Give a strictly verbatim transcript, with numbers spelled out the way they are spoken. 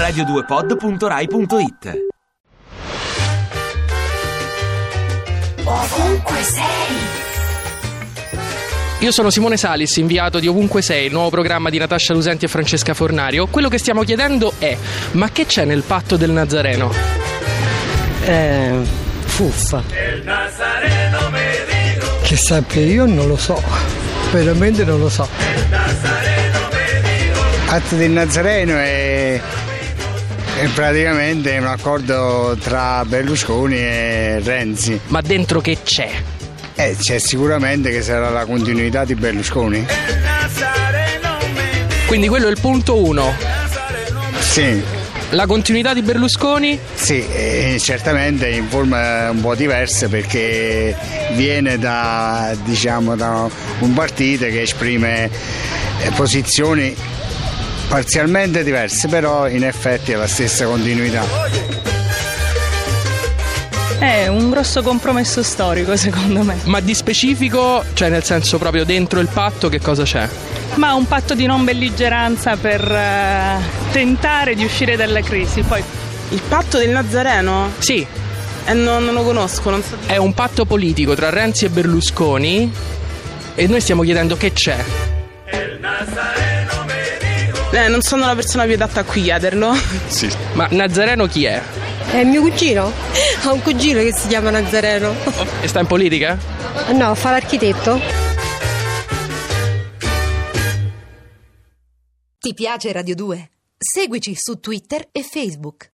radio due pod punto rai punto it. Ovunque sei. Io sono Simone Salis, inviato di Ovunque Sei, il nuovo programma di Natascia Lusenti e Francesca Fornario. Quello che stiamo chiedendo è: ma che c'è nel patto del Nazareno? Eh, fuffa. Che sappia io non lo so, veramente non lo so. Il patto del Nazareno è, è praticamente un accordo tra Berlusconi e Renzi. Ma dentro che c'è? Eh, c'è sicuramente che sarà la continuità di Berlusconi. Quindi quello è il punto uno. Sì. La continuità di Berlusconi? Sì, e certamente in forma un po' diversa, perché viene da, diciamo, da un partito che esprime posizioni parzialmente diverse, però in effetti è la stessa continuità. È un grosso compromesso storico, secondo me. Ma di specifico, cioè nel senso proprio dentro il patto, che cosa c'è? Ma un patto di non belligeranza per uh, tentare di uscire dalla crisi. Poi il patto del Nazareno? Sì. Eh, non, non lo conosco, non so. È un patto politico tra Renzi e Berlusconi e noi stiamo chiedendo che c'è. Eh, non sono la persona più adatta a cui chiederlo. Sì. Ma Nazareno chi è? È mio cugino. Ho un cugino che si chiama Nazareno. E sta in politica? No, fa l'architetto. Ti piace Radio due? Seguici su Twitter e Facebook.